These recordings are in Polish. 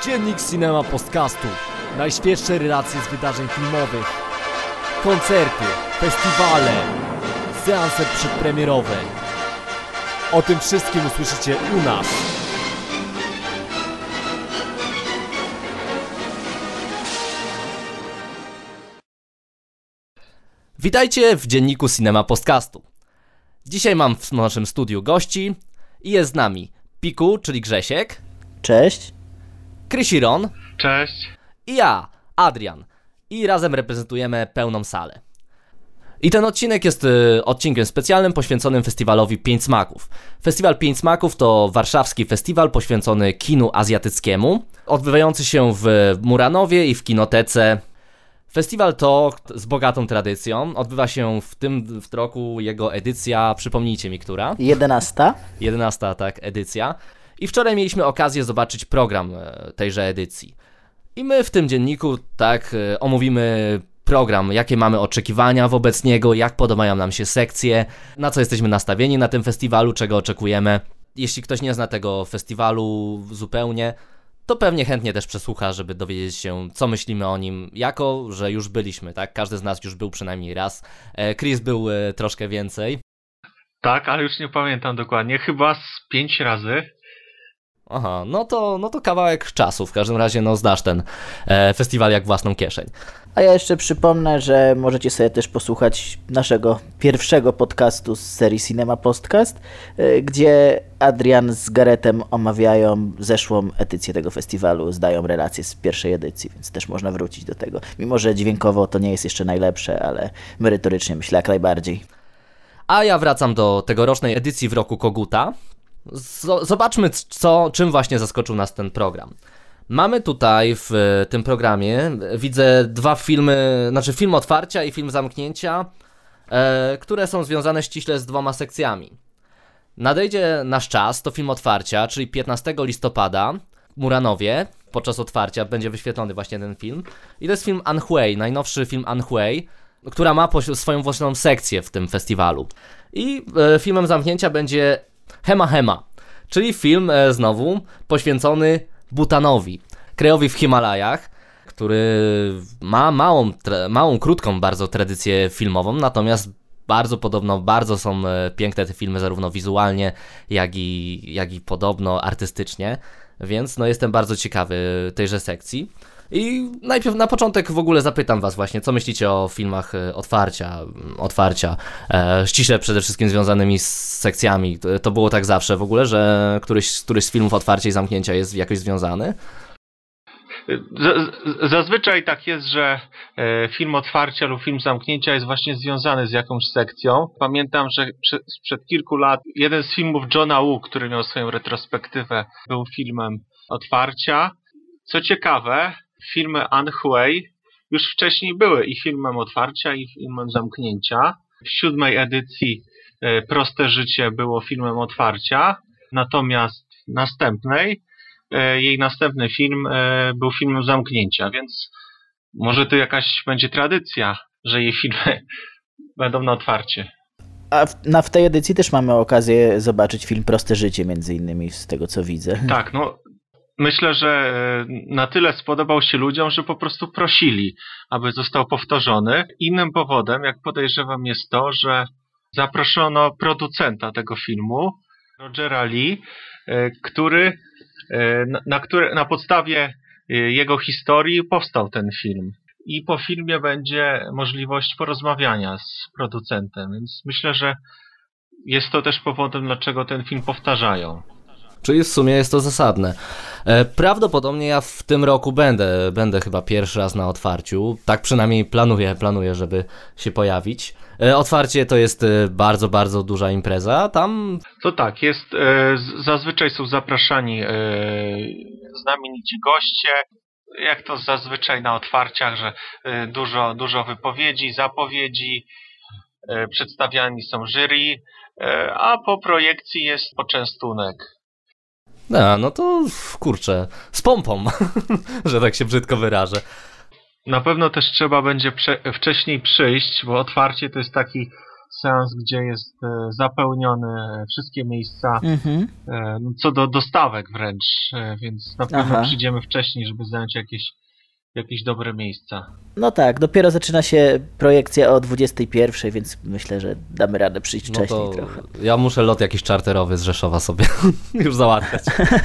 Dziennik Cinema Podcastu. Najświeższe relacje z wydarzeń filmowych. Koncerty, festiwale, seanse przedpremierowe. O tym wszystkim usłyszycie u nas. Witajcie w Dzienniku Cinema Podcastu. Dzisiaj mam w naszym studiu gości i jest z nami Piku, czyli Grzesiek. Cześć. Krysiron. Cześć. I ja, Adrian. I razem reprezentujemy pełną salę. I ten odcinek jest odcinkiem specjalnym poświęconym festiwalowi Pięć Smaków. Festiwal Pięć Smaków to warszawski festiwal poświęcony kinu azjatyckiemu, odbywający się w Muranowie i w Kinotece. Festiwal to z bogatą tradycją. Odbywa się w tym roku jego edycja, przypomnijcie mi, która? 11. 11, tak, edycja. I wczoraj mieliśmy okazję zobaczyć program tejże edycji. I my w tym dzienniku omówimy program, jakie mamy oczekiwania wobec niego, jak podobają nam się sekcje, na co jesteśmy nastawieni na tym festiwalu, czego oczekujemy. Jeśli ktoś nie zna tego festiwalu zupełnie, to pewnie chętnie też przesłucha, żeby dowiedzieć się, co myślimy o nim, jako że już byliśmy, tak? Każdy z nas już był przynajmniej raz. Chris był troszkę więcej. Tak, ale już nie pamiętam dokładnie, chyba z 5 razy. Aha, no to kawałek czasu, w każdym razie znasz ten festiwal jak własną kieszeń. A ja jeszcze przypomnę, że możecie sobie też posłuchać naszego pierwszego podcastu z serii Cinema Podcast, gdzie Adrian z Garetem omawiają zeszłą edycję tego festiwalu, zdają relacje z pierwszej edycji, więc też można wrócić do tego. Mimo że dźwiękowo to nie jest jeszcze najlepsze, ale merytorycznie myślę jak najbardziej. A ja wracam do tegorocznej edycji w roku Koguta. Zobaczmy, czym właśnie zaskoczył nas ten program. Mamy tutaj w tym programie, widzę dwa filmy, film otwarcia i film zamknięcia, które są związane ściśle z dwoma sekcjami. Nadejdzie nasz czas, to film otwarcia, czyli 15 listopada w Muranowie, podczas otwarcia będzie wyświetlony właśnie ten film. I to jest film Anne Hui, najnowszy film Anne Hui, która ma swoją własną sekcję w tym festiwalu. I filmem zamknięcia będzie Hema Hema, czyli film znowu poświęcony Bhutanowi, krajowi w Himalajach, który ma małą, krótką bardzo tradycję filmową, natomiast bardzo są piękne te filmy zarówno wizualnie, jak i podobno artystycznie, więc jestem bardzo ciekawy tejże sekcji. I najpierw na początek w ogóle zapytam was właśnie, co myślicie o filmach otwarcia, ściśle przede wszystkim związanymi z sekcjami. To było tak zawsze w ogóle, że któryś z filmów otwarcia i zamknięcia jest jakoś związany? Zazwyczaj tak jest, że film otwarcia lub film zamknięcia jest właśnie związany z jakąś sekcją. Pamiętam, że sprzed kilku lat jeden z filmów Johna Woo, który miał swoją retrospektywę, był filmem otwarcia. Co ciekawe, filmy Anne Hui już wcześniej były i filmem otwarcia, i filmem zamknięcia. W 7. edycji Proste życie było filmem otwarcia, natomiast jej następny film był filmem zamknięcia, więc może to jakaś będzie tradycja, że jej filmy będą na otwarcie. A w tej edycji też mamy okazję zobaczyć film Proste życie, między innymi, z tego co widzę. Tak, myślę, że na tyle spodobał się ludziom, że po prostu prosili, aby został powtórzony. Innym powodem, jak podejrzewam, jest to, że zaproszono producenta tego filmu, Rogera Lee, który na podstawie jego historii powstał ten film. I po filmie będzie możliwość porozmawiania z producentem, więc myślę, że jest to też powodem, dlaczego ten film powtarzają. Czyli w sumie jest to zasadne. Prawdopodobnie ja w tym roku będę chyba pierwszy raz na otwarciu. Tak przynajmniej planuję, żeby się pojawić. Otwarcie to jest bardzo, bardzo duża impreza. Tam... To tak, jest. Zazwyczaj są zapraszani znamienici goście. Jak to zazwyczaj na otwarciach, że dużo wypowiedzi, zapowiedzi, przedstawiani są jury, a po projekcji jest poczęstunek. No to kurczę, z pompą, że tak się brzydko wyrażę. Na pewno też trzeba będzie wcześniej przyjść, bo otwarcie to jest taki seans, gdzie jest zapełnione wszystkie miejsca, co do dostawek wręcz, więc na pewno przyjdziemy wcześniej, żeby zająć jakieś dobre miejsca. No tak, dopiero zaczyna się projekcja o 21, więc myślę, że damy radę przyjść wcześniej trochę. Ja muszę lot jakiś czarterowy z Rzeszowa sobie już załatwiać.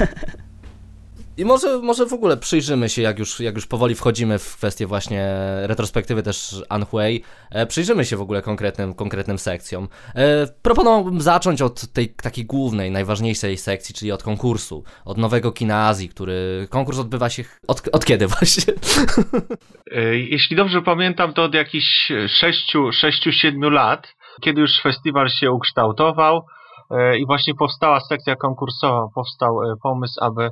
I może w ogóle przyjrzymy się, jak już powoli wchodzimy w kwestię właśnie retrospektywy też Anhui, przyjrzymy się w ogóle konkretnym sekcjom. Proponowałbym zacząć od tej takiej głównej, najważniejszej sekcji, czyli od konkursu, od nowego Kina Azji, konkurs odbywa się od kiedy właśnie? Jeśli dobrze pamiętam, to od jakichś 6-7 lat, kiedy już festiwal się ukształtował i właśnie powstała sekcja konkursowa, powstał pomysł, aby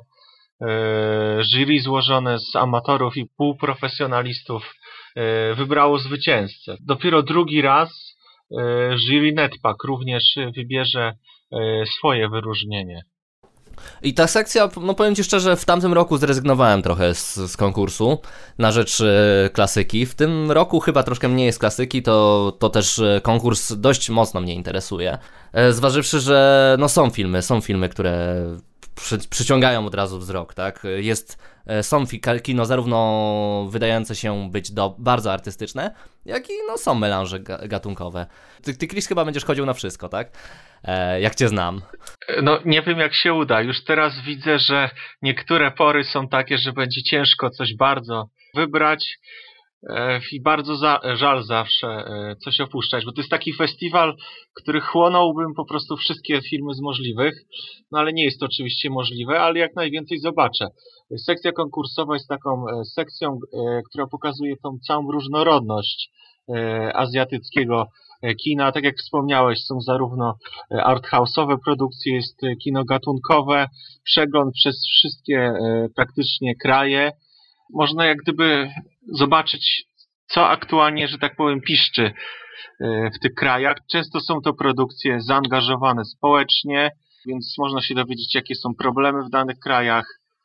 jury złożone z amatorów i półprofesjonalistów wybrało zwycięzcę. Dopiero drugi raz jury NetPack również wybierze swoje wyróżnienie. I ta sekcja, no powiem Ci szczerze, w tamtym roku zrezygnowałem trochę z konkursu na rzecz klasyki. W tym roku chyba troszkę mniej jest klasyki, to też konkurs dość mocno mnie interesuje. Zważywszy, że no są filmy, które przyciągają od razu wzrok, tak? Są kino zarówno wydające się być bardzo artystyczne, jak i są melanże gatunkowe. Ty Chris, chyba będziesz chodził na wszystko, tak? Jak Cię znam. No nie wiem, jak się uda. Już teraz widzę, że niektóre pory są takie, że będzie ciężko coś bardzo wybrać i bardzo żal zawsze coś opuszczać, bo to jest taki festiwal, który chłonąłbym po prostu wszystkie filmy z możliwych, no ale nie jest to oczywiście możliwe, ale jak najwięcej zobaczę. Sekcja konkursowa jest taką sekcją, która pokazuje tą całą różnorodność azjatyckiego kina. Tak jak wspomniałeś, są zarówno arthouse'owe produkcje, jest kino gatunkowe, przegląd przez wszystkie praktycznie kraje. Można jak gdyby zobaczyć, co aktualnie, że tak powiem, piszczy w tych krajach. Często są to produkcje zaangażowane społecznie, więc można się dowiedzieć, jakie są problemy w danych krajach.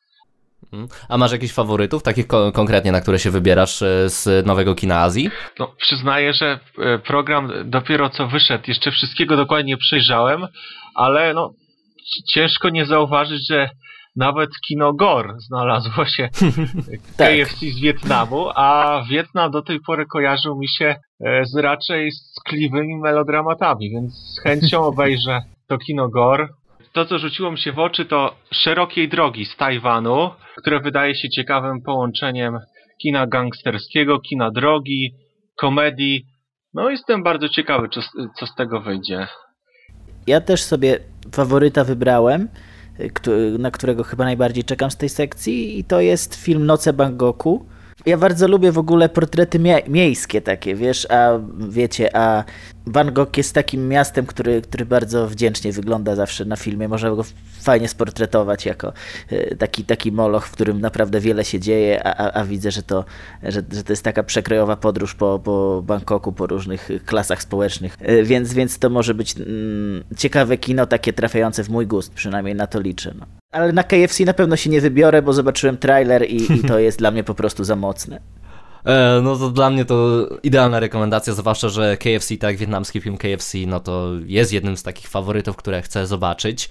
A masz jakichś faworytów, takich konkretnie, na które się wybierasz z nowego Kina Azji? No, przyznaję, że program dopiero co wyszedł, jeszcze wszystkiego dokładnie przejrzałem, ale no, ciężko nie zauważyć, że nawet kino Gore znalazło się KFC z Wietnamu, a Wietnam do tej pory kojarzył mi się raczej z tkliwymi melodramatami, więc z chęcią obejrzę to kino Gore. To, co rzuciło mi się w oczy, to Szerokiej Drogi z Tajwanu, które wydaje się ciekawym połączeniem kina gangsterskiego, kina drogi, komedii. No jestem bardzo ciekawy, co z tego wyjdzie. Ja też sobie faworyta wybrałem, na którego chyba najbardziej czekam z tej sekcji, i to jest film Noce Bangkoku. Ja bardzo lubię w ogóle portrety miejskie takie, wiesz, a Bangkok jest takim miastem, który bardzo wdzięcznie wygląda zawsze na filmie. Można go fajnie sportretować jako taki moloch, w którym naprawdę wiele się dzieje, a widzę, że to jest taka przekrojowa podróż po Bangkoku, po różnych klasach społecznych. Więc to może być ciekawe kino, takie trafiające w mój gust, przynajmniej na to liczę. No. Ale na KFC na pewno się nie wybiorę, bo zobaczyłem trailer i to jest dla mnie po prostu za mocne. No to dla mnie to idealna rekomendacja, zwłaszcza, że KFC, tak, wietnamski film KFC, no to jest jednym z takich faworytów, które chcę zobaczyć.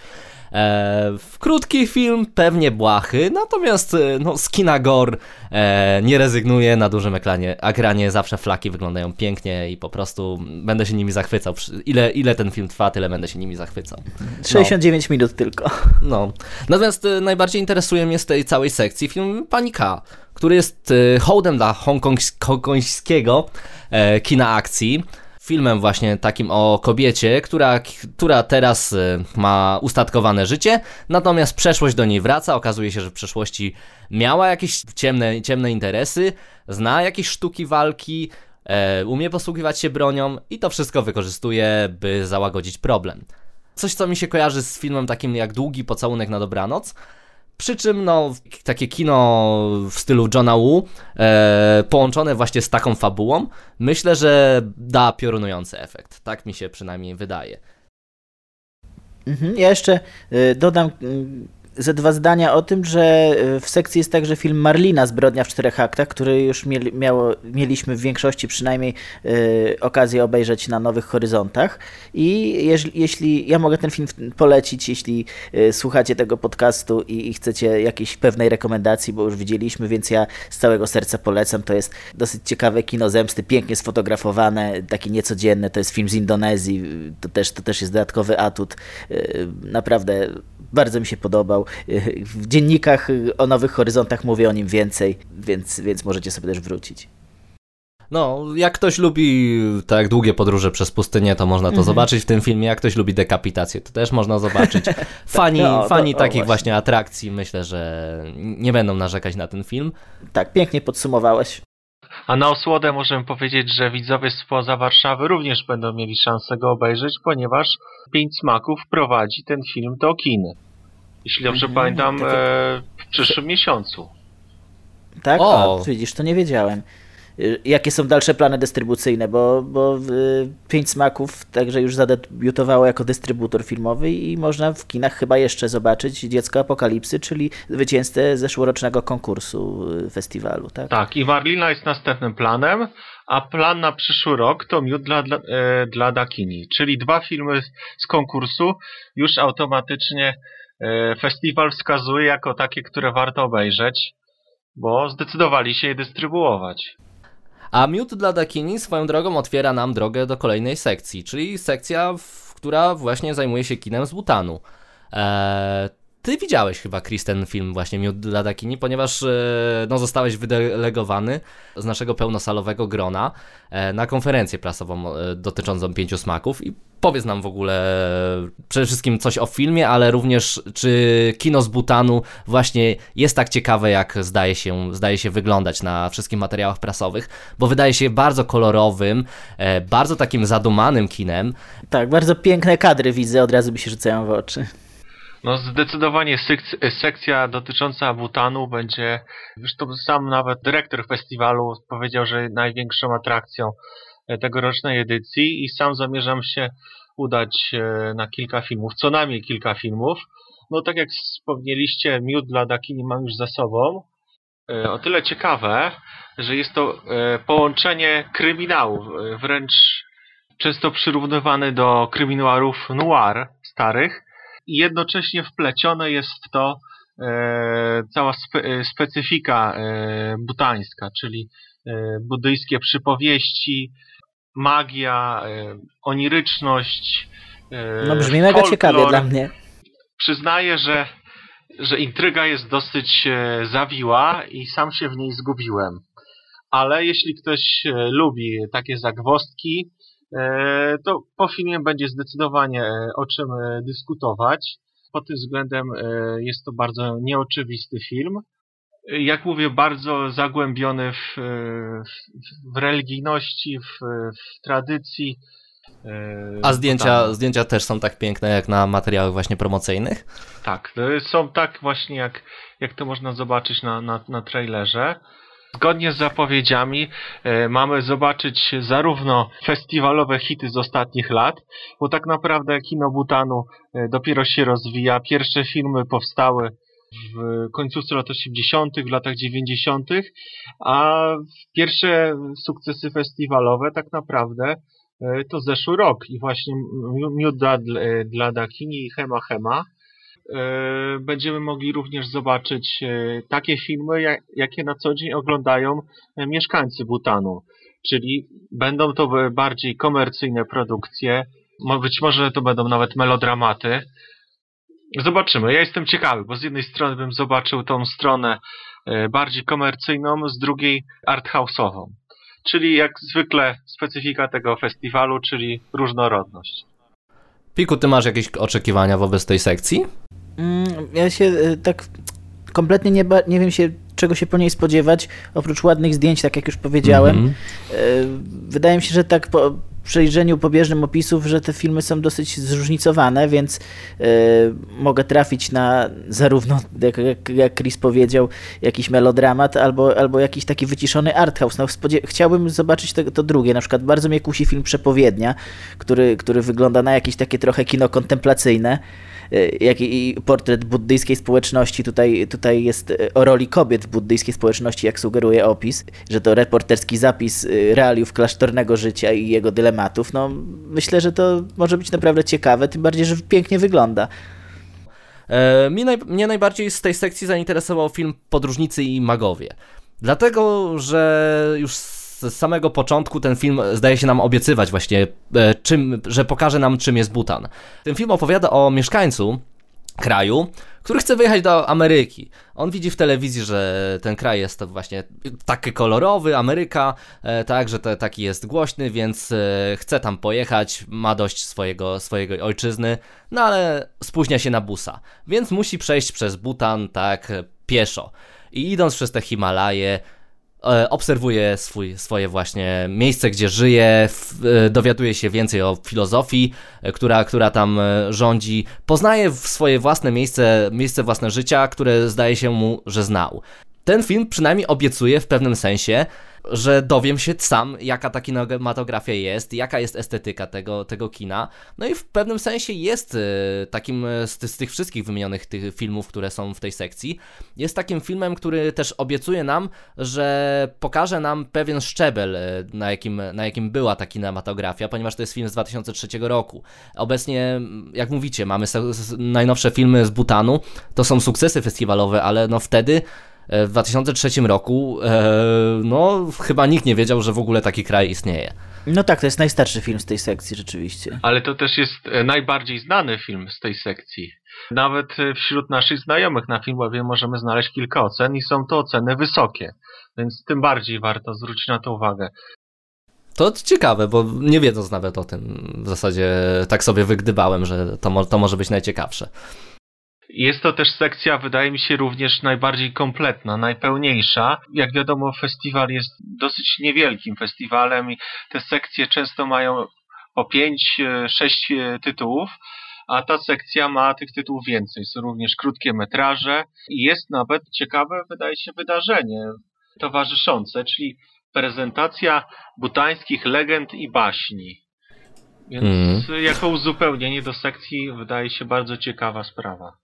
Krótki film, pewnie błahy, natomiast z kina Gore nie rezygnuję. Na dużym ekranie zawsze flaki wyglądają pięknie i po prostu będę się nimi zachwycał. Ile ten film trwa, tyle będę się nimi zachwycał. 69 minut tylko. No. Natomiast najbardziej interesuje mnie z tej całej sekcji film Pani K, który jest hołdem dla hongkońskiego kina akcji. Filmem właśnie takim o kobiecie, która teraz ma ustatkowane życie, natomiast przeszłość do niej wraca. Okazuje się, że w przeszłości miała jakieś ciemne interesy, zna jakieś sztuki walki, umie posługiwać się bronią i to wszystko wykorzystuje, by załagodzić problem. Coś, co mi się kojarzy z filmem takim jak Długi pocałunek na dobranoc. Przy czym takie kino w stylu Johna Woo połączone właśnie z taką fabułą, myślę, że da piorunujący efekt. Tak mi się przynajmniej wydaje. Ja jeszcze dodam ze 2 zdania o tym, że w sekcji jest także film Marlina, Zbrodnia w 4 aktach, który już mieliśmy w większości przynajmniej okazję obejrzeć na Nowych Horyzontach. I jeśli ja mogę ten film polecić, jeśli słuchacie tego podcastu i chcecie jakiejś pewnej rekomendacji, bo już widzieliśmy, więc ja z całego serca polecam. To jest dosyć ciekawe kino zemsty, pięknie sfotografowane, takie niecodzienne. To jest film z Indonezji, to też jest dodatkowy atut. Naprawdę bardzo mi się podobał. W dziennikach o Nowych Horyzontach mówię o nim więcej, więc możecie sobie też wrócić. No, jak ktoś lubi tak długie podróże przez pustynię, to można to zobaczyć w tym filmie. Jak ktoś lubi dekapitację, to też można zobaczyć. Fani takich właśnie atrakcji, myślę, że nie będą narzekać na ten film. Tak, pięknie podsumowałeś. A na osłodę możemy powiedzieć, że widzowie spoza Warszawy również będą mieli szansę go obejrzeć, ponieważ 5 smaków prowadzi ten film do kin. Jeśli dobrze pamiętam, w przyszłym miesiącu. Tak? Widzisz, to nie wiedziałem. Jakie są dalsze plany dystrybucyjne, bo 5 smaków także już zadebiutowało jako dystrybutor filmowy i można w kinach chyba jeszcze zobaczyć Dziecko Apokalipsy, czyli zwycięzcę zeszłorocznego konkursu festiwalu. Tak? Tak, i Marlina jest następnym planem, a plan na przyszły rok to Miód dla Dakini, czyli 2 filmy z konkursu już automatycznie festiwal wskazuje jako takie, które warto obejrzeć, bo zdecydowali się je dystrybuować. A Miód dla Dakini swoją drogą otwiera nam drogę do kolejnej sekcji, czyli sekcja, która właśnie zajmuje się kinem z Bhutanu. Ty widziałeś chyba, Chris, ten film właśnie Miód dla Dakini, ponieważ zostałeś wydelegowany z naszego pełnosalowego grona na konferencję prasową dotyczącą 5 smaków i powiedz nam w ogóle przede wszystkim coś o filmie, ale również czy kino z Bhutanu właśnie jest tak ciekawe, jak zdaje się wyglądać na wszystkich materiałach prasowych, bo wydaje się bardzo kolorowym, bardzo takim zadumanym kinem. Tak, bardzo piękne kadry widzę, od razu mi się rzucają w oczy. No zdecydowanie sekcja dotycząca Bhutanu będzie, zresztą sam nawet dyrektor festiwalu powiedział, że największą atrakcją tegorocznej edycji i sam zamierzam się udać na kilka filmów, co najmniej kilka filmów. No tak jak wspomnieliście, Miód dla Dakini mam już za sobą. O tyle ciekawe, że jest to połączenie kryminałów, wręcz często przyrównywany do kryminałów noir starych, i jednocześnie wplecione jest w to cała specyfika bhutańska, czyli buddyjskie przypowieści, magia, oniryczność, no brzmi mega ciekawie dla mnie. Przyznaję, że intryga jest dosyć zawiła i sam się w niej zgubiłem. Ale jeśli ktoś lubi takie zagwozdki, to po filmie będzie zdecydowanie o czym dyskutować. Pod tym względem jest to bardzo nieoczywisty film. Jak mówię, bardzo zagłębiony w religijności, w tradycji. A zdjęcia też są tak piękne jak na materiałach właśnie promocyjnych? Tak, są tak właśnie jak to można zobaczyć na trailerze. Zgodnie z zapowiedziami mamy zobaczyć zarówno festiwalowe hity z ostatnich lat, bo tak naprawdę kino Bhutanu dopiero się rozwija. Pierwsze filmy powstały w końcówce lat 80., w latach 90., a pierwsze sukcesy festiwalowe tak naprawdę to zeszły rok i właśnie Miód dla Dakini i Hema Hema. Będziemy mogli również zobaczyć takie filmy, jakie na co dzień oglądają mieszkańcy Bhutanu, czyli będą to bardziej komercyjne produkcje, być może to będą nawet melodramaty. Zobaczymy, ja jestem ciekawy, bo z jednej strony bym zobaczył tą stronę bardziej komercyjną, z drugiej arthouse'ową, czyli jak zwykle specyfika tego festiwalu, czyli różnorodność. Piku, ty masz jakieś oczekiwania wobec tej sekcji? Ja się tak kompletnie nie wiem czego się po niej spodziewać, oprócz ładnych zdjęć, tak jak już powiedziałem. Wydaje mi się, że tak po przejrzeniu pobieżnym opisów, że te filmy są dosyć zróżnicowane, więc mogę trafić na zarówno, jak Chris powiedział, jakiś melodramat, albo jakiś taki wyciszony arthouse. No, chciałbym zobaczyć to drugie. Na przykład bardzo mnie kusi film Przepowiednia, który wygląda na jakieś takie trochę kino kontemplacyjne. jak i portret buddyjskiej społeczności. Tutaj jest o roli kobiet w buddyjskiej społeczności, jak sugeruje opis, że to reporterski zapis realiów klasztornego życia i jego dylematów. No, myślę, że to może być naprawdę ciekawe, tym bardziej, że pięknie wygląda. Mnie najbardziej z tej sekcji zainteresował film Podróżnicy i Magowie. Dlatego, że już z samego początku ten film zdaje się nam obiecywać właśnie, że pokaże nam, czym jest Butan. Ten film opowiada o mieszkańcu kraju, który chce wyjechać do Ameryki. On widzi w telewizji, że ten kraj jest to właśnie taki kolorowy, Ameryka, tak, że taki jest głośny, więc chce tam pojechać, ma dość swojej ojczyzny, no ale spóźnia się na busa, więc musi przejść przez Butan, tak, pieszo. I idąc przez te Himalaje, obserwuje swoje właśnie miejsce, gdzie żyje, dowiaduje się więcej o filozofii, która tam rządzi, poznaje swoje własne miejsce własne życia, które zdaje się mu, że znał. Ten film przynajmniej obiecuje w pewnym sensie, że dowiem się sam, jaka ta kinematografia jest, jaka jest estetyka tego kina. No i w pewnym sensie jest takim z tych wszystkich wymienionych tych filmów, które są w tej sekcji, jest takim filmem, który też obiecuje nam, że pokaże nam pewien szczebel, na jakim była ta kinematografia, ponieważ to jest film z 2003 roku. Obecnie, jak mówicie, mamy najnowsze filmy z Butanu, to są sukcesy festiwalowe, ale no wtedy w 2003 roku no chyba nikt nie wiedział, że w ogóle taki kraj istnieje. No tak, to jest najstarszy film z tej sekcji rzeczywiście. Ale to też jest najbardziej znany film z tej sekcji. Nawet wśród naszych znajomych na Filmowie możemy znaleźć kilka ocen i są to oceny wysokie, więc tym bardziej warto zwrócić na to uwagę. To ciekawe, bo nie wiedząc nawet o tym, w zasadzie tak sobie wygdybałem, że to może być najciekawsze. Jest to też sekcja, wydaje mi się, również najbardziej kompletna, najpełniejsza. Jak wiadomo, festiwal jest dosyć niewielkim festiwalem i te sekcje często mają po 5-6 tytułów, a ta sekcja ma tych tytułów więcej. Są również krótkie metraże i jest nawet ciekawe, wydaje się, wydarzenie towarzyszące, czyli prezentacja butańskich legend i baśni. Więc jako uzupełnienie do sekcji wydaje się bardzo ciekawa sprawa.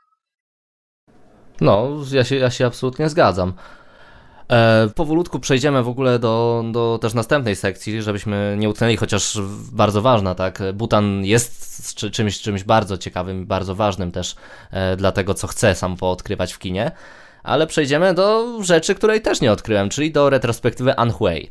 No, ja się absolutnie zgadzam. Powolutku przejdziemy w ogóle do też następnej sekcji, żebyśmy nie utknęli, chociaż bardzo ważna, tak? Butan jest czymś bardzo ciekawym, bardzo ważnym też dla tego, co chcę sam poodkrywać w kinie, ale przejdziemy do rzeczy, której też nie odkryłem, czyli do retrospektywy Anne Hui.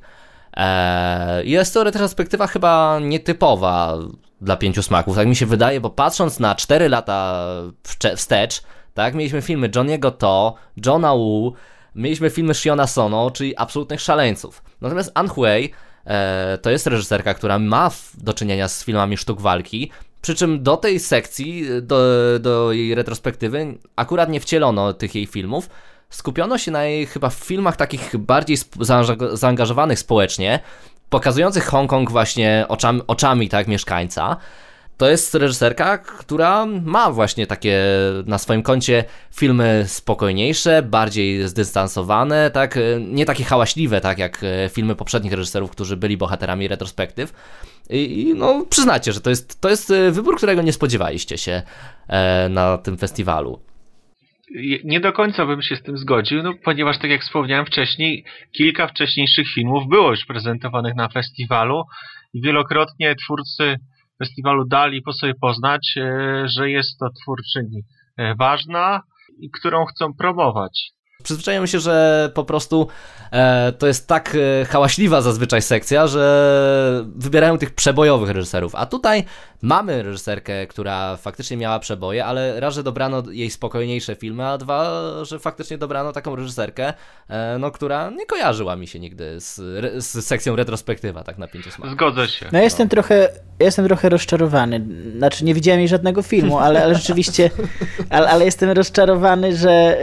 Jest to retrospektywa chyba nietypowa dla Pięciu Smaków, tak mi się wydaje, bo patrząc na 4 lata wstecz, tak, mieliśmy filmy Johnny'ego To, Johna Woo, mieliśmy filmy Shiona Sono, czyli absolutnych szaleńców. Natomiast Anne Hui to jest reżyserka, która ma do czynienia z filmami sztuk walki, przy czym do tej sekcji, do jej retrospektywy akurat nie wcielono tych jej filmów. Skupiono się na jej chyba filmach takich bardziej zaangażowanych społecznie, pokazujących Hongkong właśnie oczami tak, mieszkańca. To jest reżyserka, która ma właśnie takie na swoim koncie filmy spokojniejsze, bardziej zdystansowane, tak, nie takie hałaśliwe, tak jak filmy poprzednich reżyserów, którzy byli bohaterami retrospektyw. I no przyznacie, że to jest wybór, którego nie spodziewaliście się na tym festiwalu. Nie do końca bym się z tym zgodził, no, ponieważ tak jak wspomniałem wcześniej, kilka wcześniejszych filmów było już prezentowanych na festiwalu i wielokrotnie twórcy festiwalu dali po sobie poznać, że jest to twórczyni ważna i którą chcą promować. Przyzwyczaiłem się, że po prostu to jest tak hałaśliwa zazwyczaj sekcja, że wybierają tych przebojowych reżyserów. A tutaj mamy reżyserkę, która faktycznie miała przeboje, ale raz, że dobrano jej spokojniejsze filmy, a dwa, że faktycznie dobrano taką reżyserkę, no, która nie kojarzyła mi się nigdy z sekcją retrospektywa, tak na Pięciu Smaków. Zgodzę się. No jestem trochę rozczarowany. Znaczy nie widziałem jej żadnego filmu, ale rzeczywiście ale jestem rozczarowany, że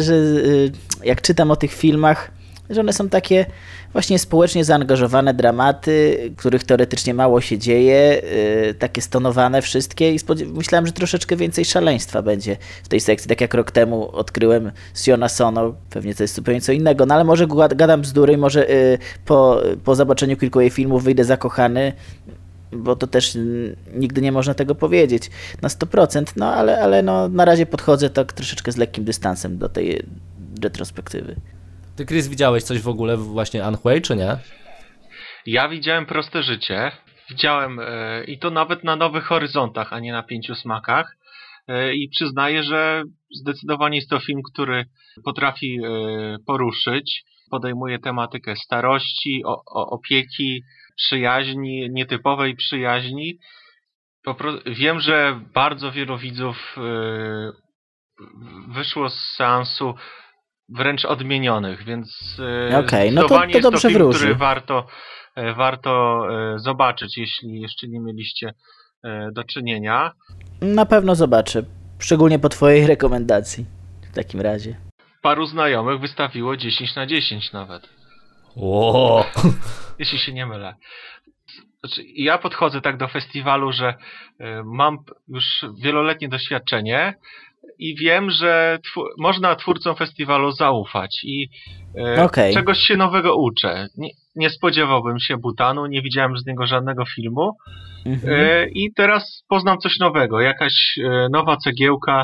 jak czytam o tych filmach, że one są takie właśnie społecznie zaangażowane dramaty, których teoretycznie mało się dzieje, takie stonowane wszystkie i myślałem, że troszeczkę więcej szaleństwa będzie w tej sekcji, tak jak rok temu odkryłem Shiona Sono, pewnie to jest zupełnie co innego, no ale może gadam bzdury i może po zobaczeniu kilku jej filmów wyjdę zakochany bo to też nigdy nie można tego powiedzieć na 100%, no ale no, na razie podchodzę tak troszeczkę z lekkim dystansem do tej retrospektywy. Ty, Chris, widziałeś coś w ogóle właśnie Anne Hui, czy nie? Ja widziałem Proste życie. Widziałem i to nawet na Nowych Horyzontach, a nie na Pięciu smakach. I przyznaję, że zdecydowanie jest to film, który potrafi poruszyć. Podejmuje tematykę starości, opieki, przyjaźni, nietypowej przyjaźni. Wiem, że bardzo wielu widzów wyszło z seansu wręcz odmienionych, więc Okej, no to jest dobrze to film, wróży. który warto zobaczyć, jeśli jeszcze nie mieliście do czynienia. Na pewno zobaczę, szczególnie po twojej rekomendacji w takim razie. Paru znajomych wystawiło 10/10 nawet. Ło! Jeśli się nie mylę. Znaczy, ja podchodzę tak do festiwalu, że mam już wieloletnie doświadczenie i wiem, że można twórcom festiwalu zaufać i czegoś się nowego uczę. Nie spodziewałbym się Butanu, nie widziałem z niego żadnego filmu i teraz poznam coś nowego, jakaś nowa cegiełka.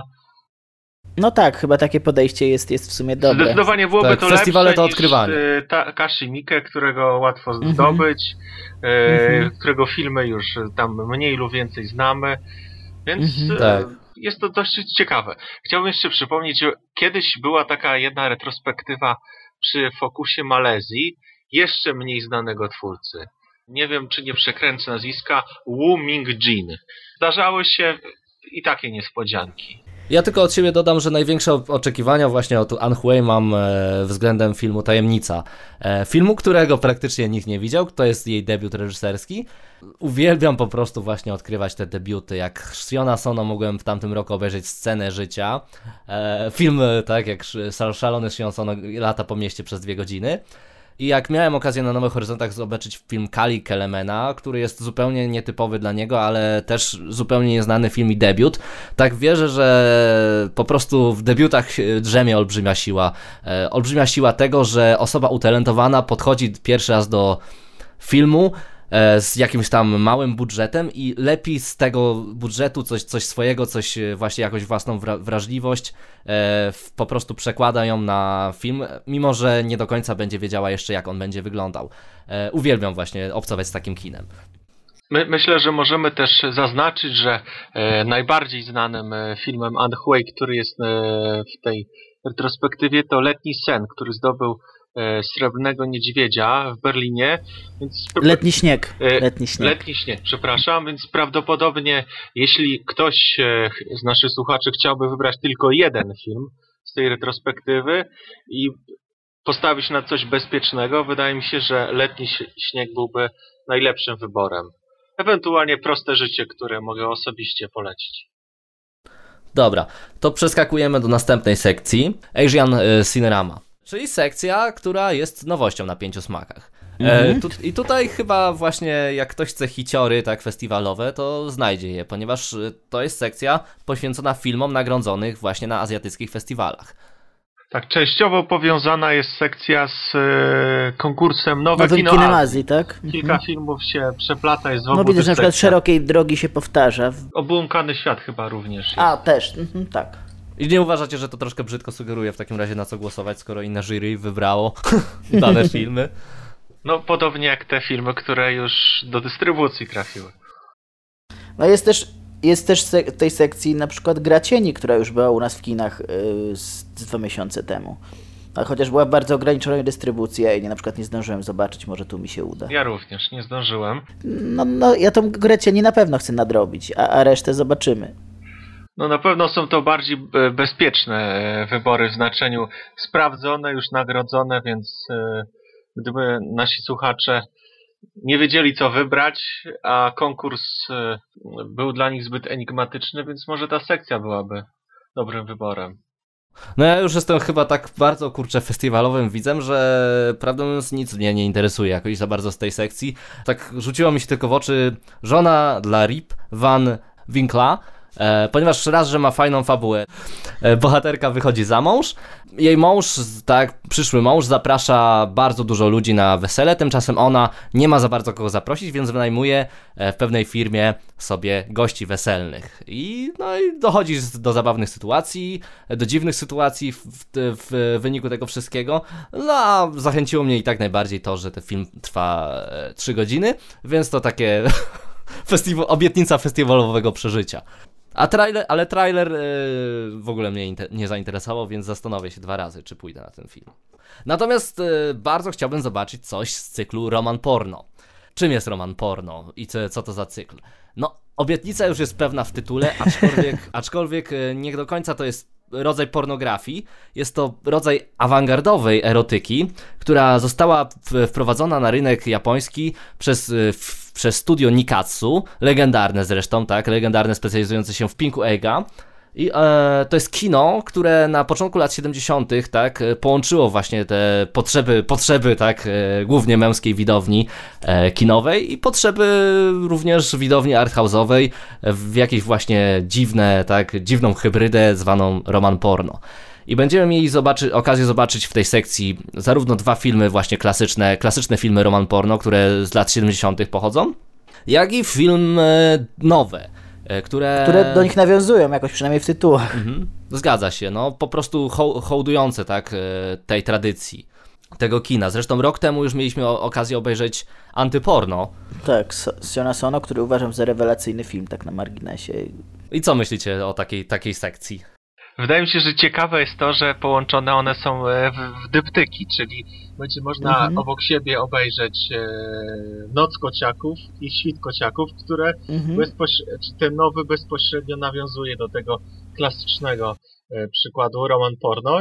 No tak, chyba takie podejście jest w sumie dobre. Zdecydowanie byłoby tak, to festiwale lepsze to niż odkrywanie. Takashi Miike, którego łatwo zdobyć, którego filmy już tam mniej lub więcej znamy, więc tak. Jest to dosyć ciekawe. Chciałbym jeszcze przypomnieć, że kiedyś była taka jedna retrospektywa przy Focusie Malezji, jeszcze mniej znanego twórcy. Nie wiem, czy nie przekręcę nazwiska, Wu Ming-jin. Zdarzały się i takie niespodzianki. Ja tylko od siebie dodam, że największe oczekiwania właśnie od Anne Hui mam względem filmu Tajemnica. Filmu, którego praktycznie nikt nie widział, to jest jej debiut reżyserski. Uwielbiam po prostu właśnie odkrywać te debiuty. Jak Shiona Sono mogłem w tamtym roku obejrzeć Scenę życia. Film, tak jak szalony Shion Sono lata po mieście przez 2 godziny. I jak miałem okazję na Nowych Horyzontach zobaczyć film Kali Kelemena, który jest zupełnie nietypowy dla niego, ale też zupełnie nieznany film i debiut, tak wierzę, że po prostu w debiutach drzemie olbrzymia siła. Olbrzymia siła tego, że osoba utalentowana podchodzi pierwszy raz do filmu z jakimś tam małym budżetem i lepi z tego budżetu coś swojego, coś właśnie jakąś własną wrażliwość, po prostu przekłada ją na film, mimo że nie do końca będzie wiedziała jeszcze, jak on będzie wyglądał. Uwielbiam właśnie obcować z takim kinem. Myślę, że możemy też zaznaczyć, że najbardziej znanym filmem Anne Hui, który jest w tej retrospektywie, to Letni sen, który zdobył Srebrnego Niedźwiedzia w Berlinie. Więc Letni śnieg, przepraszam, więc prawdopodobnie jeśli ktoś z naszych słuchaczy chciałby wybrać tylko jeden film z tej retrospektywy i postawić na coś bezpiecznego, wydaje mi się, że Letni śnieg byłby najlepszym wyborem. Ewentualnie Proste życie, które mogę osobiście polecić. Dobra, to przeskakujemy do następnej sekcji. Asian Cinerama. Czyli sekcja, która jest nowością na Pięciu smakach. I tutaj chyba właśnie jak ktoś chce hiciory tak festiwalowe, to znajdzie je, ponieważ to jest sekcja poświęcona filmom nagrodzonych właśnie na azjatyckich festiwalach. Tak, częściowo powiązana jest sekcja z konkursem Nowe Kino Kinem Azji, tak? Kilka filmów się przeplata, jest w obu. No widzisz, na przykład Szerokiej drogi się powtarza. Obłąkany świat chyba również jest. A, też, tak. I nie uważacie, że to troszkę brzydko sugeruje w takim razie na co głosować, skoro inne jury wybrało dane filmy? No podobnie jak te filmy, które już do dystrybucji trafiły. No jest też w tej sekcji na przykład Gra cieni, która już była u nas w kinach z 2 miesiące temu. A chociaż była w bardzo ograniczonej dystrybucji, ja jej na przykład nie zdążyłem zobaczyć, może tu mi się uda. Ja również nie zdążyłem. No ja tą Grę cieni na pewno chcę nadrobić, a resztę zobaczymy. No na pewno są to bardziej bezpieczne wybory w znaczeniu sprawdzone, już nagrodzone, więc gdyby nasi słuchacze nie wiedzieli co wybrać, a konkurs był dla nich zbyt enigmatyczny, więc może ta sekcja byłaby dobrym wyborem. No ja już jestem chyba tak bardzo, festiwalowym widzem, że prawdę mówiąc nic mnie nie interesuje jakoś za bardzo z tej sekcji. Tak rzuciło mi się tylko w oczy Żona dla Rip Van Winkla. Ponieważ raz, że ma fajną fabułę, bohaterka wychodzi za mąż, jej mąż, tak, przyszły mąż zaprasza bardzo dużo ludzi na wesele, tymczasem ona nie ma za bardzo kogo zaprosić, więc wynajmuje w pewnej firmie sobie gości weselnych. I dochodzi do zabawnych sytuacji, do dziwnych sytuacji w wyniku tego wszystkiego. No a zachęciło mnie i tak najbardziej to, że ten film trwa 3 godziny, więc to takie obietnica festiwalowego przeżycia. Ale trailer w ogóle mnie nie zainteresował, więc zastanowię się 2 razy, czy pójdę na ten film. Natomiast bardzo chciałbym zobaczyć coś z cyklu Roman Porno. Czym jest Roman Porno i co to za cykl? No, obietnica już jest pewna w tytule, aczkolwiek nie do końca to jest rodzaj pornografii. Jest to rodzaj awangardowej erotyki, która została wprowadzona na rynek japoński przez studio Nikatsu, legendarne zresztą, tak, legendarne, specjalizujące się w Pinku Eiga. I to jest kino, które na początku lat 70. tak, połączyło właśnie te potrzeby tak, głównie męskiej widowni kinowej i potrzeby również widowni arthouse'owej w jakieś właśnie dziwną hybrydę zwaną Roman Porno. I będziemy mieli okazję zobaczyć w tej sekcji zarówno 2 filmy właśnie klasyczne filmy Roman Porno, które z lat 70. pochodzą, jak i film nowe, które do nich nawiązują jakoś, przynajmniej w tytułach. Zgadza się, no po prostu hołdujące tak tej tradycji tego kina. Zresztą rok temu już mieliśmy okazję obejrzeć Antyporno. Tak, Siona Sono, który uważam za rewelacyjny film, tak na marginesie. I co myślicie o takiej sekcji? Wydaje mi się, że ciekawe jest to, że połączone one są w dyptyki, czyli będzie można obok siebie obejrzeć Noc Kociaków i Świt Kociaków, które ten nowy bezpośrednio nawiązuje do tego klasycznego przykładu Roman Porno.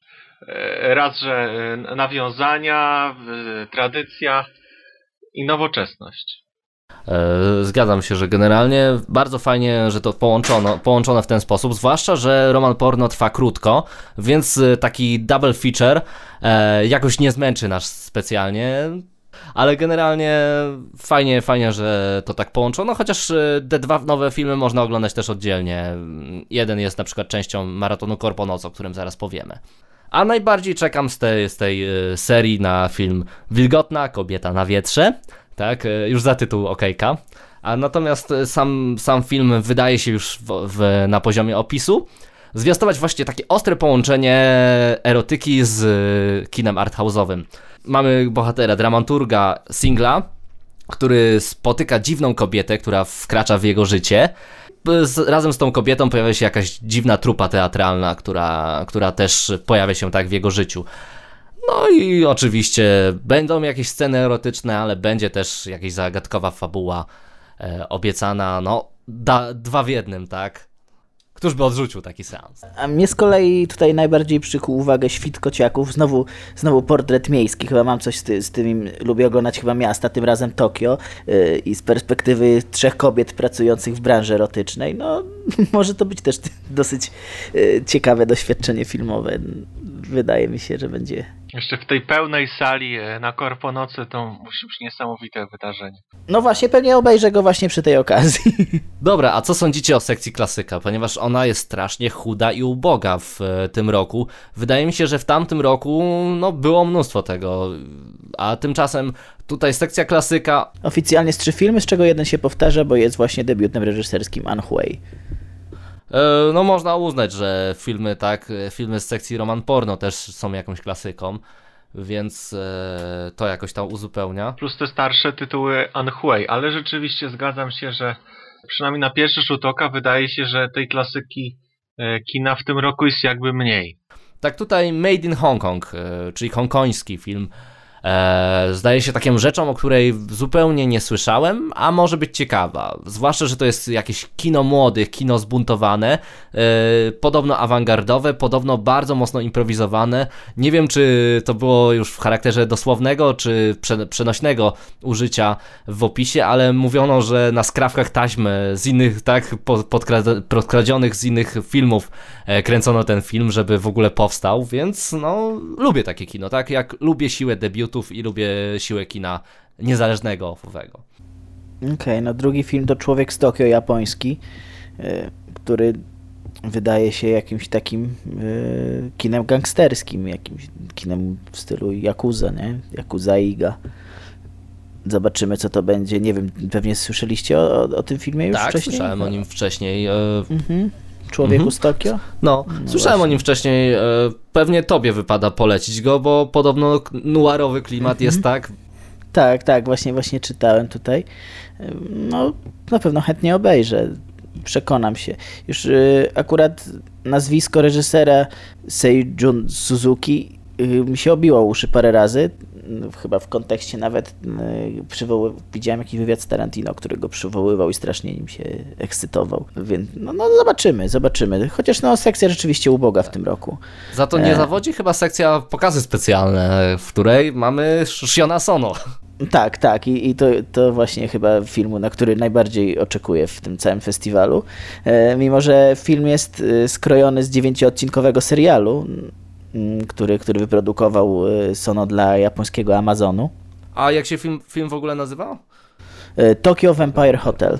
Raz, że nawiązania, tradycja i nowoczesność. Zgadzam się, że generalnie bardzo fajnie, że to połączono w ten sposób, zwłaszcza, że Roman Porno trwa krótko, więc taki double feature jakoś nie zmęczy nas specjalnie, ale generalnie fajnie, że to tak połączono, chociaż te 2 nowe filmy można oglądać też oddzielnie. Jeden jest na przykład częścią maratonu Corpo Noc, o którym zaraz powiemy. A najbardziej czekam z tej serii na film Wilgotna kobieta na wietrze. Tak, już za tytuł okejka. A natomiast sam film wydaje się już na poziomie opisu zwiastować właśnie takie ostre połączenie erotyki z kinem arthouse'owym. Mamy bohatera, dramaturga singla, który spotyka dziwną kobietę, która wkracza w jego życie. Razem z tą kobietą pojawia się jakaś dziwna trupa teatralna, która też pojawia się tak w jego życiu. No i oczywiście będą jakieś sceny erotyczne, ale będzie też jakaś zagadkowa fabuła obiecana, 2 w 1, tak? Któż by odrzucił taki seans? A mnie z kolei tutaj najbardziej przykuł uwagę Świt Kociaków, znowu portret miejski, chyba mam coś z tym, lubię oglądać chyba miasta, tym razem Tokio i z perspektywy 3 kobiet pracujących w branży erotycznej, no może to być też dosyć ciekawe doświadczenie filmowe, wydaje mi się, że będzie. Jeszcze w tej pełnej sali na Corpo Nocy to musi być niesamowite wydarzenie. No właśnie, pewnie obejrzę go właśnie przy tej okazji. Dobra, a co sądzicie o sekcji klasyka? Ponieważ ona jest strasznie chuda i uboga w tym roku. Wydaje mi się, że w tamtym roku było mnóstwo tego, a tymczasem tutaj sekcja klasyka... Oficjalnie z 3 filmy, z czego jeden się powtarza, bo jest właśnie debiutem reżyserskim An Hui. No można uznać, że filmy z sekcji Roman Porno też są jakąś klasyką, więc to jakoś tam uzupełnia. Plus te starsze tytuły An Hui, ale rzeczywiście zgadzam się, że przynajmniej na pierwszy rzut oka wydaje się, że tej klasyki kina w tym roku jest jakby mniej. Tak, tutaj Made in Hong Kong, czyli hongkoński film, zdaje się taką rzeczą, o której zupełnie nie słyszałem, a może być ciekawa. Zwłaszcza, że to jest jakieś kino młodych, kino zbuntowane, podobno awangardowe, podobno bardzo mocno improwizowane. Nie wiem, czy to było już w charakterze dosłownego, czy przenośnego użycia w opisie, ale mówiono, że na skrawkach taśmy z innych, tak, podkradzionych z innych filmów kręcono ten film, żeby w ogóle powstał, więc lubię takie kino, tak, jak lubię siłę debiutów i lubię siłę kina niezależnego ofowego. Okej, drugi film to Człowiek z Tokio japoński, który wydaje się jakimś takim kinem gangsterskim, jakimś kinem w stylu Yakuza, nie? Yakuza Iga. Zobaczymy, co to będzie. Nie wiem, pewnie słyszeliście o tym filmie już wcześniej? Tak, słyszałem o nim wcześniej. Człowieku z Tokio? No słyszałem o nim wcześniej. Pewnie tobie wypada polecić go, bo podobno noirowy klimat jest tak. Tak, właśnie czytałem tutaj. No, na pewno chętnie obejrzę. Przekonam się. Już akurat nazwisko reżysera Seijun Suzuki mi się obiło uszy parę razy. Chyba w kontekście nawet widziałem jakiś wywiad z Tarantino, który go przywoływał i strasznie nim się ekscytował. Więc no zobaczymy. Chociaż sekcja rzeczywiście uboga w tym roku. Za to nie zawodzi chyba sekcja pokazy specjalne, w której mamy Shiona Sono. Tak. I to właśnie chyba filmu, na który najbardziej oczekuję w tym całym festiwalu. Mimo że film jest skrojony z 9-odcinkowego serialu, który wyprodukował Sono dla japońskiego Amazonu. A jak się film w ogóle nazywał? Tokyo Vampire Hotel.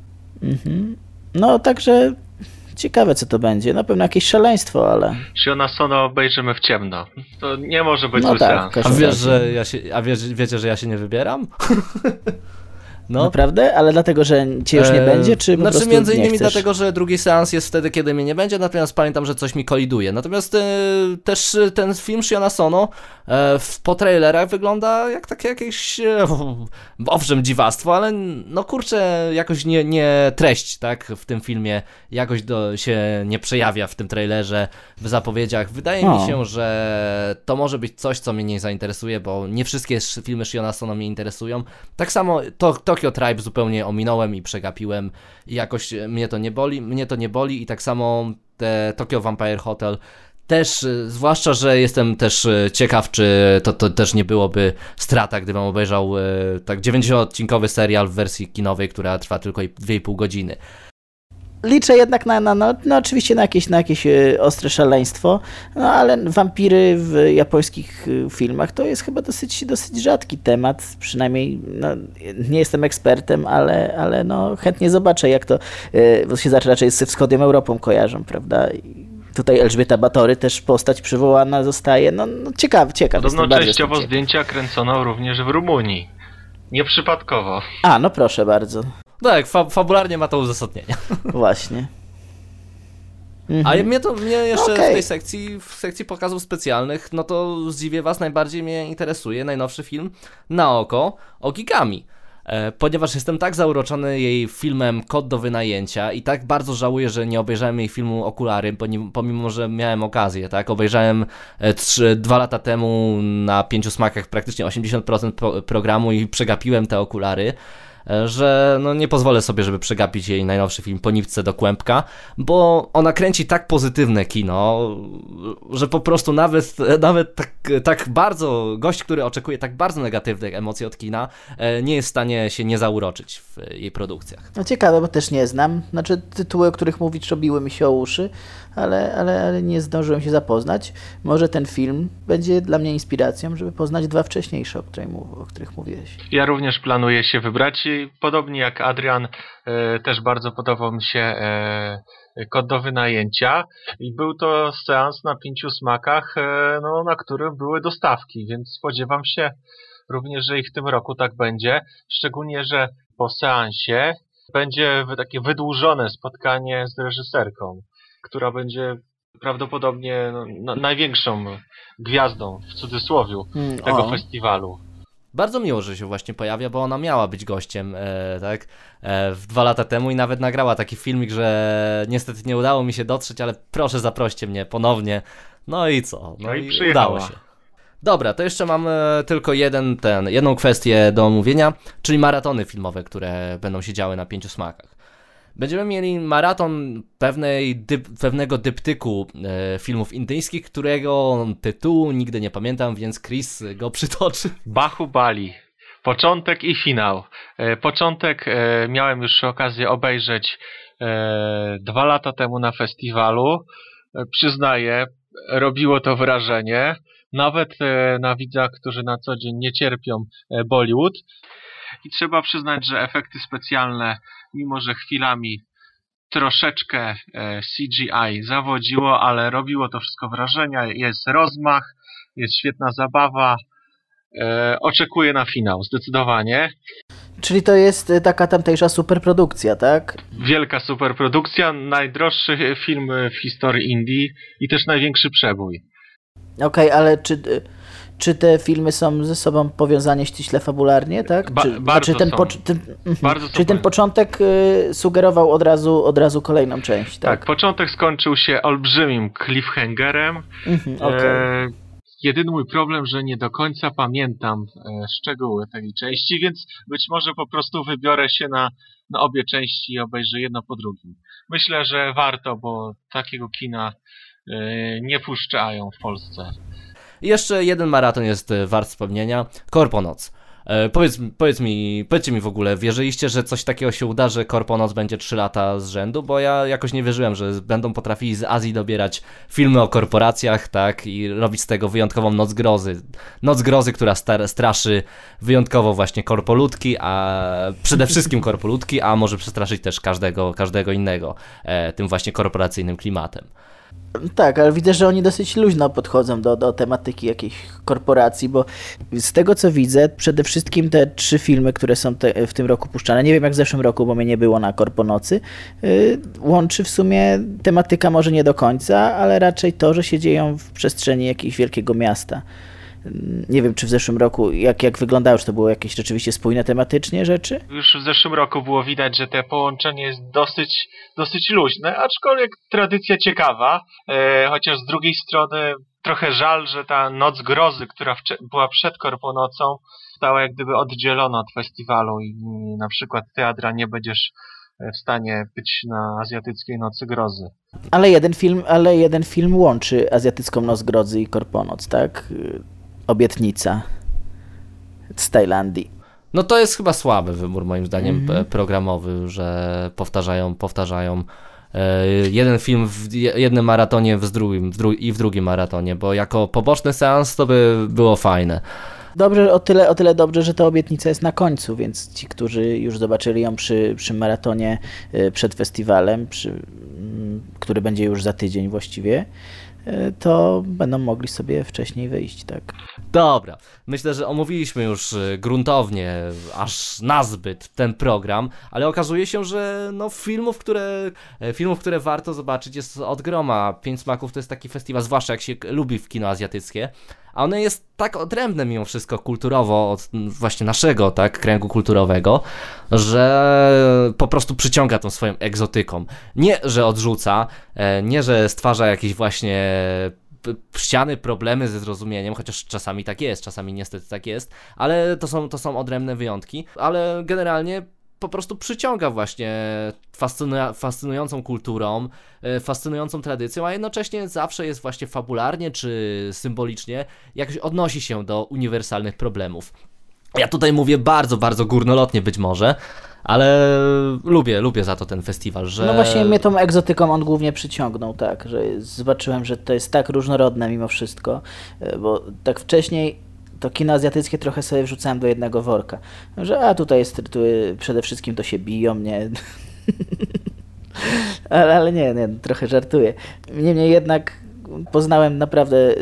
No także ciekawe, co to będzie. Na pewno jakieś szaleństwo, ale... Shiona Sono obejrzymy w ciemno. To nie może być zły tak, seans. Wiecie, że ja się nie wybieram? No. Naprawdę? Ale dlatego, że cię już nie będzie, czy po prostu między nie innymi chcesz? dlatego, że drugi seans jest wtedy, kiedy mnie nie będzie, natomiast pamiętam, że coś mi koliduje. Natomiast też ten film Shiona Sono po trailerach wygląda jak takie jakieś owszem dziwactwo, ale no kurczę, jakoś nie treść, tak, w tym filmie jakoś się nie przejawia w tym trailerze, w zapowiedziach. Wydaje mi się, że to może być coś, co mnie nie zainteresuje, bo nie wszystkie filmy Shiona Sono mnie interesują. Tak samo Tokyo Tribe zupełnie ominąłem i przegapiłem i jakoś mnie to nie boli i tak samo te Tokyo Vampire Hotel też, zwłaszcza, że jestem też ciekaw, czy to też nie byłoby strata, gdybym obejrzał tak 90-odcinkowy serial w wersji kinowej, która trwa tylko 2,5 godziny. Liczę jednak no oczywiście na jakieś ostre szaleństwo, no ale wampiry w japońskich filmach to jest chyba dosyć rzadki temat, przynajmniej no, nie jestem ekspertem, ale no chętnie zobaczę, jak to, bo się raczej ze wschodnią Europą kojarzą, prawda? I tutaj Elżbieta Batory też postać przywołana zostaje, no ciekawe. Podobno częściowo zdjęcia kręcono również w Rumunii. Nieprzypadkowo. A, no proszę bardzo. Tak, fabularnie ma to uzasadnienie. Właśnie. A mnie jeszcze w tej sekcji pokazów specjalnych, no to zdziwię was, najbardziej mnie interesuje najnowszy film Na oko Okigami. Ponieważ jestem tak zauroczony jej filmem Kod do wynajęcia i tak bardzo żałuję, że nie obejrzałem jej filmu Okulary, pomimo że miałem okazję, tak? Obejrzałem 2 lata temu na 5 smakach praktycznie 80% programu i przegapiłem te okulary, że no nie pozwolę sobie, żeby przegapić jej najnowszy film Po nitce do kłębka, bo ona kręci tak pozytywne kino, że po prostu nawet tak bardzo, gość, który oczekuje tak bardzo negatywnych emocji od kina, nie jest w stanie się nie zauroczyć w jej produkcjach. No ciekawe, bo też nie znam. Znaczy tytuły, o których mówisz, robiły mi się o uszy, ale nie zdążyłem się zapoznać. Może ten film będzie dla mnie inspiracją, żeby poznać 2 wcześniejsze, o których mówiłeś. Ja również planuję się wybrać i podobnie jak Adrian, też bardzo podobał mi się Kod do wynajęcia i był to seans na 5 smakach, no, na którym były dostawki, więc spodziewam się również, że i w tym roku tak będzie, szczególnie, że po seansie będzie takie wydłużone spotkanie z reżyserką, która będzie prawdopodobnie największą gwiazdą, w cudzysłowiu, tego festiwalu. Bardzo miło, że się właśnie pojawia, bo ona miała być gościem, tak, 2 lata temu i nawet nagrała taki filmik, że niestety nie udało mi się dotrzeć, ale proszę zaproście mnie ponownie. No i co? No i udało się. Dobra, to jeszcze mam tylko jedną kwestię do omówienia, czyli maratony filmowe, które będą się działy na 5 smakach. Będziemy mieli maraton pewnego dyptyku filmów indyjskich, którego tytułu nigdy nie pamiętam, więc Chris go przytoczy. Bahubali. Początek i finał. Początek miałem już okazję obejrzeć 2 lata temu na festiwalu. Przyznaję, robiło to wrażenie. Nawet na widzach, którzy na co dzień nie cierpią Bollywood. I trzeba przyznać, że efekty specjalne, mimo że chwilami troszeczkę CGI zawodziło, ale robiło to wszystko wrażenia. Jest rozmach, jest świetna zabawa. Oczekuję na finał, zdecydowanie. Czyli to jest taka tamtejsza superprodukcja, tak? Wielka superprodukcja, najdroższy film w historii Indii i też największy przebój. Okej, ale czy te filmy są ze sobą powiązane ściśle fabularnie, tak? Bardzo są. Czyli ten początek sugerował od razu kolejną część, tak? Tak, początek skończył się olbrzymim cliffhangerem. Okay. Jedyny mój problem, że nie do końca pamiętam szczegóły tej części, więc być może po prostu wybiorę się na obie części i obejrzę jedno po drugim. Myślę, że warto, bo takiego kina nie puszczają w Polsce. I jeszcze jeden maraton jest wart wspomnienia. Korponoc. Powiedzcie mi w ogóle, wierzyliście, że coś takiego się uda, że Korponoc będzie 3 lata z rzędu? Bo ja jakoś nie wierzyłem, że będą potrafili z Azji dobierać filmy o korporacjach, tak, i robić z tego wyjątkową Noc Grozy. Noc Grozy, która straszy wyjątkowo właśnie korpoludki, a przede wszystkim korpoludki, a może przestraszyć też każdego innego tym właśnie korporacyjnym klimatem. Tak, ale widzę, że oni dosyć luźno podchodzą do tematyki jakiejś korporacji, bo z tego co widzę, przede wszystkim te 3 filmy, które są w tym roku puszczane, nie wiem jak w zeszłym roku, bo mnie nie było na Korponocy, łączy w sumie tematyka może nie do końca, ale raczej to, że się dzieją w przestrzeni jakiegoś wielkiego miasta. Nie wiem, czy w zeszłym roku, jak wyglądało, czy to było jakieś rzeczywiście spójne tematycznie rzeczy? Już w zeszłym roku było widać, że te połączenie jest dosyć luźne, aczkolwiek tradycja ciekawa, chociaż z drugiej strony trochę żal, że ta Noc Grozy, która była przed Korponocą, została jak gdyby oddzielona od festiwalu i na przykład ty, Adra, nie będziesz w stanie być na azjatyckiej Nocy Grozy. Ale jeden film łączy azjatycką Noc Grozy i Korponoc, tak? Obietnica z Tajlandii. No to jest chyba słaby wybór moim zdaniem programowy, że powtarzają jeden film w jednym maratonie i w drugim maratonie, bo jako poboczny seans to by było fajne. Dobrze, o tyle dobrze, że ta obietnica jest na końcu, więc ci, którzy już zobaczyli ją przy maratonie przed festiwalem, który będzie już za tydzień właściwie, to będą mogli sobie wcześniej wyjść, tak? Dobra, myślę, że omówiliśmy już gruntownie, aż nazbyt ten program, ale okazuje się, że no filmów, które warto zobaczyć jest od groma. 5 smaków to jest taki festiwal, zwłaszcza jak się lubi w kino azjatyckie, a one jest tak odrębne mimo wszystko kulturowo od właśnie naszego, tak, kręgu kulturowego, że po prostu przyciąga tą swoją egzotyką. Nie, że odrzuca, nie, że stwarza jakieś właśnie ściany, problemy ze zrozumieniem, chociaż czasami tak jest, czasami niestety tak jest, ale to są odrębne wyjątki, ale generalnie po prostu przyciąga właśnie fascynującą kulturą, fascynującą tradycją, a jednocześnie zawsze jest właśnie fabularnie czy symbolicznie jakoś odnosi się do uniwersalnych problemów. Ja tutaj mówię bardzo, bardzo górnolotnie być może, ale lubię za to ten festiwal, że... No właśnie mnie tą egzotyką on głównie przyciągnął, tak, że zobaczyłem, że to jest tak różnorodne mimo wszystko, bo tak wcześniej to kino azjatyckie trochę sobie wrzucałem do jednego worka, że tu przede wszystkim to się biją, nie... ale nie, trochę żartuję. Niemniej jednak poznałem naprawdę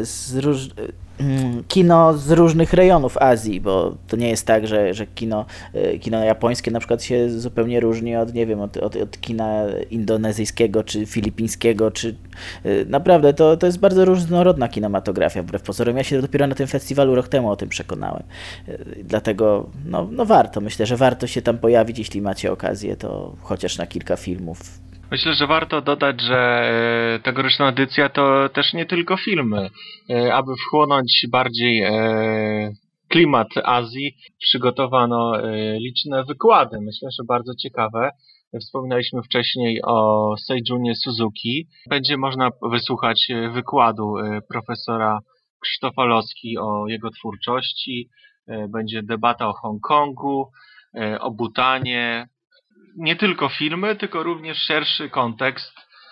kino z różnych rejonów Azji, bo to nie jest tak, że kino japońskie na przykład się zupełnie różni od, nie wiem, od kina indonezyjskiego czy filipińskiego, czy naprawdę to jest bardzo różnorodna kinematografia, wbrew pozorom. Ja się dopiero na tym festiwalu rok temu o tym przekonałem. Dlatego no warto, myślę, że warto się tam pojawić, jeśli macie okazję, to chociaż na kilka filmów. Myślę, że warto dodać, że tegoroczna edycja to też nie tylko filmy. Aby wchłonąć bardziej klimat Azji, przygotowano liczne wykłady. Myślę, że bardzo ciekawe. Wspominaliśmy wcześniej o Seijunie Suzuki. Będzie można wysłuchać wykładu profesora Krzysztofa Loski o jego twórczości. Będzie debata o Hongkongu, o Butanie. Nie tylko filmy, tylko również szerszy kontekst.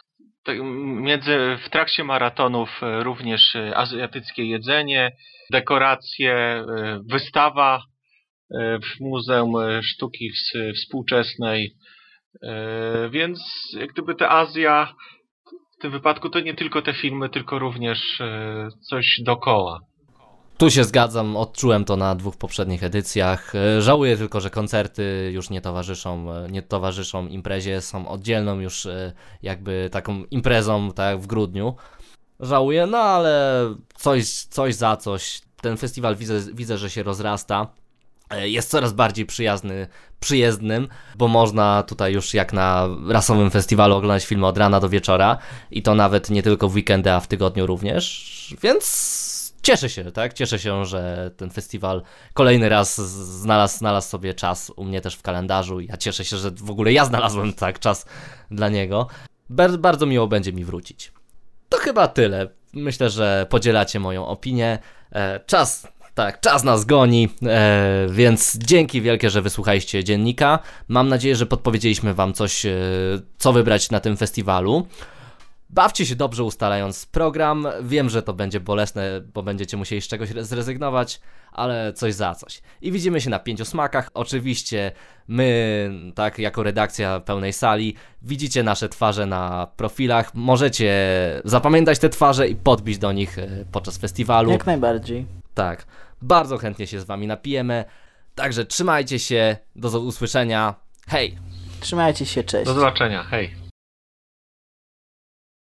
W trakcie maratonów również azjatyckie jedzenie, dekoracje, wystawa w Muzeum Sztuki Współczesnej. Więc jak gdyby ta Azja w tym wypadku to nie tylko te filmy, tylko również coś dookoła. Tu się zgadzam, odczułem to na 2 poprzednich edycjach. Żałuję tylko, że koncerty już nie towarzyszą imprezie, są oddzielną już jakby taką imprezą, tak jak w grudniu. Żałuję, no ale coś za coś. Ten festiwal widzę, że się rozrasta. Jest coraz bardziej przyjezdnym, bo można tutaj już jak na rasowym festiwalu oglądać filmy od rana do wieczora i to nawet nie tylko w weekendy, a w tygodniu również, więc cieszę się, że ten festiwal kolejny raz znalazł sobie czas u mnie też w kalendarzu. Ja cieszę się, że w ogóle ja znalazłem tak czas dla niego. Bardzo miło będzie mi wrócić. To chyba tyle. Myślę, że podzielacie moją opinię. Czas nas goni, więc dzięki wielkie, że wysłuchaliście dziennika. Mam nadzieję, że podpowiedzieliśmy wam coś, co wybrać na tym festiwalu. Bawcie się dobrze ustalając program. Wiem, że to będzie bolesne, bo będziecie musieli z czegoś zrezygnować, ale coś za coś. I widzimy się na 5 smakach. Oczywiście my, tak jako redakcja pełnej sali, widzicie nasze twarze na profilach. Możecie zapamiętać te twarze i podbić do nich podczas festiwalu. Jak najbardziej. Tak, bardzo chętnie się z wami napijemy. Także trzymajcie się, do usłyszenia. Hej! Trzymajcie się, cześć. Do zobaczenia, hej.